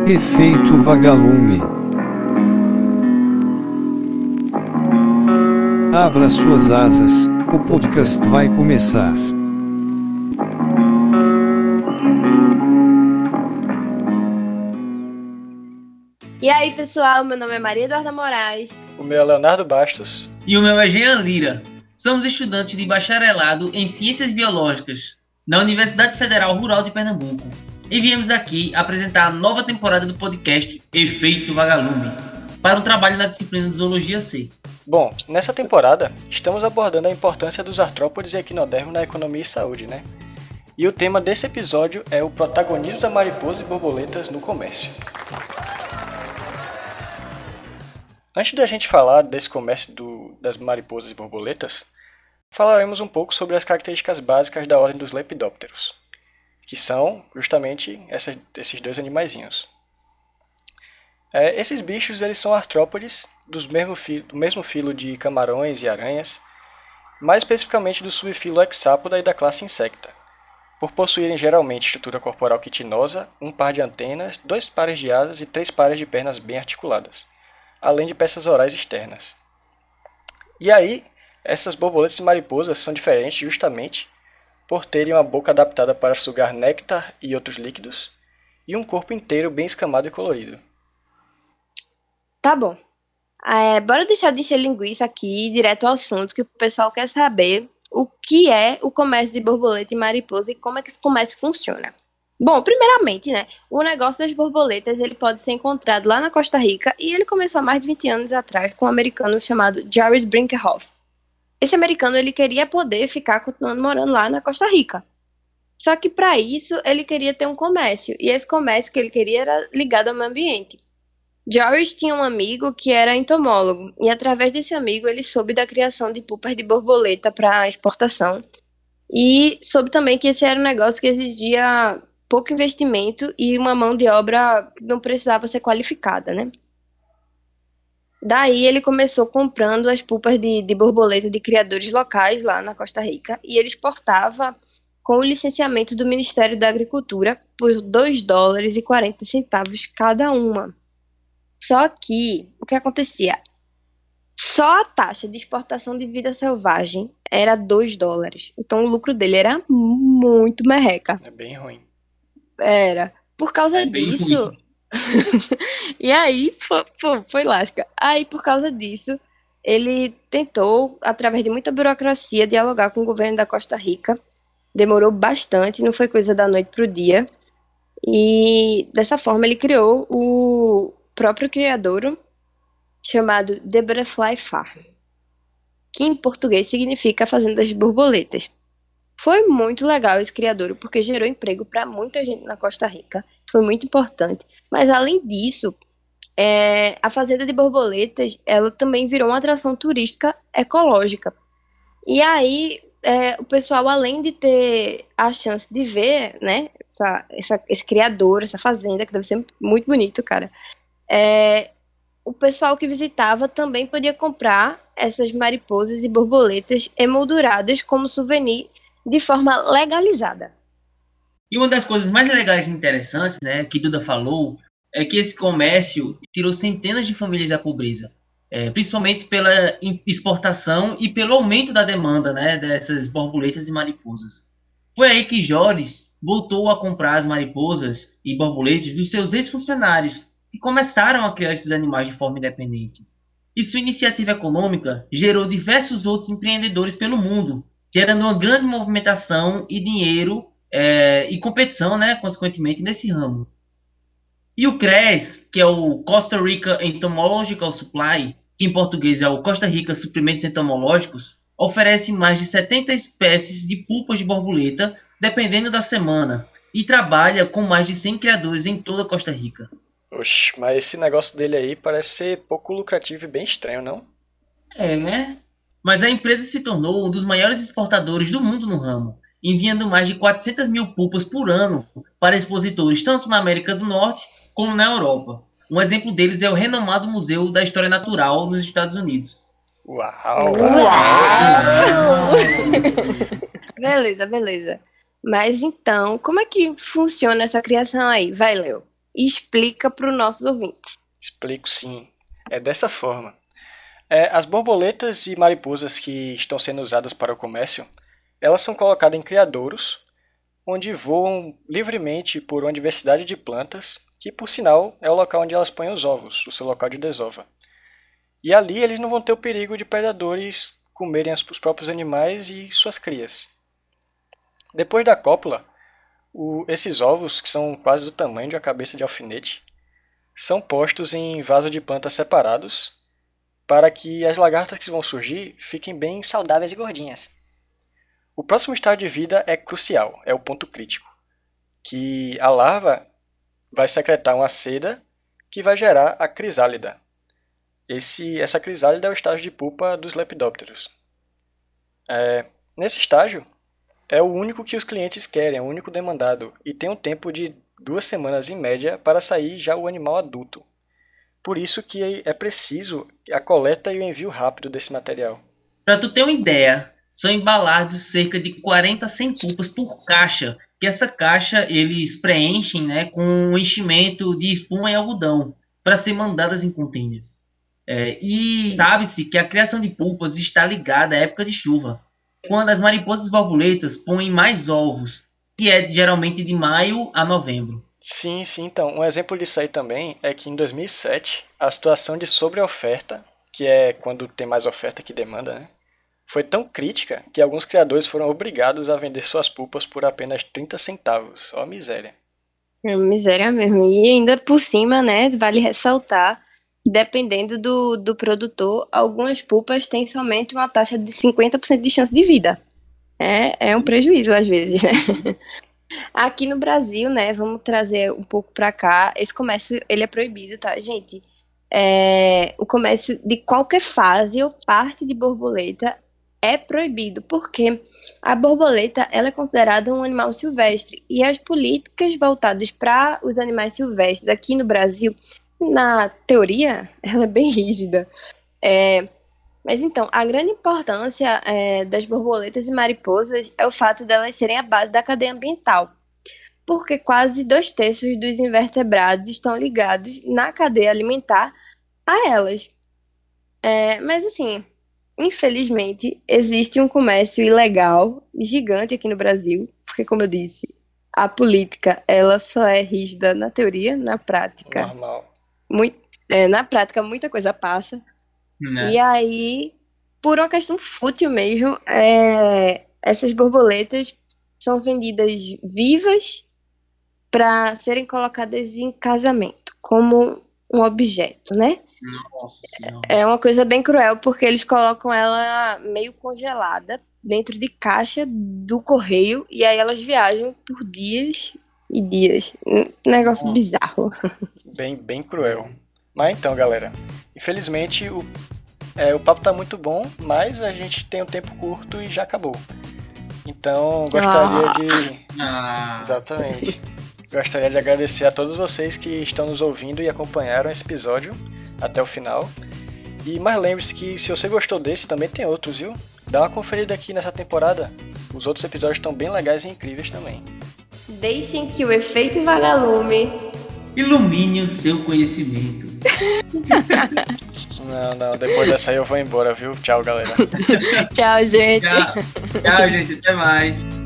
Efeito vagalume. Abra suas asas, o podcast vai começar. E aí, pessoal, meu nome é Maria Eduarda Moraes. O meu é Leonardo Bastos. E o meu é Jean Lira. Somos estudantes de bacharelado em Ciências Biológicas na Universidade Federal Rural de Pernambuco. E viemos aqui apresentar a nova temporada do podcast Efeito Vagalume, para um trabalho na disciplina de Zoologia C. Bom, nessa temporada, estamos abordando a importância dos artrópodes e equinodermos na economia e saúde, né? E o tema desse episódio é o protagonismo das mariposas e borboletas no comércio. Antes da gente falar desse comércio das mariposas e borboletas, falaremos um pouco sobre as características básicas da ordem dos lepidópteros, que são justamente esses dois animaizinhos. Esses bichos eles são artrópodes do mesmo filo de camarões e aranhas, mais especificamente do subfilo Hexapoda e da classe Insecta, por possuírem geralmente estrutura corporal quitinosa, um par de antenas, 2 pares de asas e 3 pares de pernas bem articuladas, além de peças orais externas. E aí, essas borboletas e mariposas são diferentes justamente por terem uma boca adaptada para sugar néctar e outros líquidos, e um corpo inteiro bem escamado e colorido. Tá bom. Bora deixar de encher linguiça aqui, direto ao assunto, que o pessoal quer saber o que é o comércio de borboleta e mariposa e como é que esse comércio funciona. Bom, primeiramente, né, o negócio das borboletas ele pode ser encontrado lá na Costa Rica e ele começou há mais de 20 anos atrás com um americano chamado Jarvis Brinkerhoff. Esse americano ele queria poder ficar continuando morando lá na Costa Rica. Só que para isso ele queria ter um comércio e esse comércio que ele queria era ligado ao meio ambiente. Jarvis tinha um amigo que era entomólogo e através desse amigo ele soube da criação de pupas de borboleta para exportação e soube também que esse era um negócio que exigia pouco investimento e uma mão de obra não precisava ser qualificada, né? Daí ele começou comprando as pupas de borboleta de criadores locais lá na Costa Rica e ele exportava com o licenciamento do Ministério da Agricultura por $2,40 cada uma. Só que, o que acontecia? Só a taxa de exportação de vida selvagem era $2. Então o lucro dele era muito merreca. É bem ruim. Era. Por causa disso... E aí, foi lasca. Aí, por causa disso, ele tentou, através de muita burocracia, dialogar com o governo da Costa Rica. Demorou bastante, não foi coisa da noite pro dia. E, dessa forma, ele criou o próprio criadouro, chamado The Butterfly Farm, que em português significa Fazenda das Borboletas. Foi muito legal esse criadouro, porque gerou emprego para muita gente na Costa Rica. Foi muito importante. Mas, além disso, a Fazenda de Borboletas, ela também virou uma atração turística ecológica. E aí, o pessoal, além de ter a chance de ver, né, esse criadouro, essa fazenda, que deve ser muito bonito, cara, o pessoal que visitava também podia comprar essas mariposas e borboletas emolduradas como souvenir de forma legalizada. E uma das coisas mais legais e interessantes, né, que Duda falou, é que esse comércio tirou centenas de famílias da pobreza, principalmente pela exportação e pelo aumento da demanda, né, dessas borboletas e mariposas. Foi aí que Joris voltou a comprar as mariposas e borboletas dos seus ex-funcionários, que começaram a criar esses animais de forma independente. E sua iniciativa econômica gerou diversos outros empreendedores pelo mundo, gerando uma grande movimentação e dinheiro e competição, né, consequentemente, nesse ramo. E o CRES, que é o Costa Rica Entomological Supply, que em português é o Costa Rica Suprimentos Entomológicos, oferece mais de 70 espécies de pulpas de borboleta, dependendo da semana, e trabalha com mais de 100 criadores em toda a Costa Rica. Oxe, mas esse negócio dele aí parece ser pouco lucrativo e bem estranho, não? Né? Mas a empresa se tornou um dos maiores exportadores do mundo no ramo, enviando mais de 400 mil pulpas por ano para expositores tanto na América do Norte como na Europa. Um exemplo deles é o renomado Museu da História Natural nos Estados Unidos. Uau! Beleza. Mas então, como é que funciona essa criação aí? Vai, Léo. e explica para os nossos ouvintes. Explico sim. É dessa forma. As borboletas e mariposas que estão sendo usadas para o comércio, elas são colocadas em criadouros, onde voam livremente por uma diversidade de plantas, que por sinal é o local onde elas põem os ovos, o seu local de desova. E ali eles não vão ter o perigo de predadores comerem os próprios animais e suas crias. Depois da cópula, esses ovos, que são quase do tamanho de uma cabeça de alfinete, são postos em vasos de plantas separados para que as lagartas que vão surgir fiquem bem saudáveis e gordinhas. O próximo estágio de vida é crucial, é o ponto crítico, que a larva vai secretar uma seda que vai gerar a crisálida. Essa crisálida é o estágio de pupa dos lepidópteros. Nesse estágio, é o único que os clientes querem, é o único demandado, e tem um tempo de 2 semanas em média para sair já o animal adulto. Por isso que é preciso a coleta e o envio rápido desse material. Para tu ter uma ideia, são embalados cerca de 40 a 100 pupas por caixa, que essa caixa eles preenchem, né, com um enchimento de espuma e algodão para ser mandadas em containers. E sabe-se que a criação de pupas está ligada à época de chuva, quando as mariposas borboletas põem mais ovos, que é geralmente de maio a novembro. Sim, então, um exemplo disso aí também é que em 2007, a situação de sobreoferta, que é quando tem mais oferta que demanda, né, foi tão crítica que alguns criadores foram obrigados a vender suas pupas por apenas 30 centavos. Ó, miséria. É miséria mesmo. E ainda por cima, né, vale ressaltar que dependendo do produtor, algumas pupas têm somente uma taxa de 50% de chance de vida. É um prejuízo às vezes, né? Aqui no Brasil, né, vamos trazer um pouco pra cá, esse comércio, ele é proibido, tá, gente? O comércio de qualquer fase ou parte de borboleta é proibido, porque a borboleta, ela é considerada um animal silvestre, e as políticas voltadas para os animais silvestres aqui no Brasil, na teoria, ela é bem rígida. Mas então, a grande importância das borboletas e mariposas é o fato delas serem a base da cadeia ambiental, porque quase 2/3 dos invertebrados estão ligados na cadeia alimentar a elas. Mas assim, infelizmente, existe um comércio ilegal gigante aqui no Brasil, porque como eu disse, a política ela só é rígida na teoria, na prática. Normal. Na prática, muita coisa passa. Né? E aí, por uma questão fútil mesmo, essas borboletas são vendidas vivas para serem colocadas em casamento, como um objeto, né? Nossa Senhora. É uma coisa bem cruel, porque eles colocam ela meio congelada dentro de caixa do correio, e aí elas viajam por dias e dias. Um negócio bizarro. Bem cruel. Mas então, galera, infelizmente o papo tá muito bom, mas a gente tem um tempo curto e já acabou. Então, gostaria de... Exatamente. Gostaria de agradecer a todos vocês que estão nos ouvindo e acompanharam esse episódio até o final. Mas lembre-se que se você gostou desse, também tem outros, viu? Dá uma conferida aqui nessa temporada. Os outros episódios estão bem legais e incríveis também. Deixem que o efeito vagalume ilumine o seu conhecimento. Não, depois dessa aí eu vou embora, viu? Tchau, galera. Tchau, gente. Tchau, gente, até mais.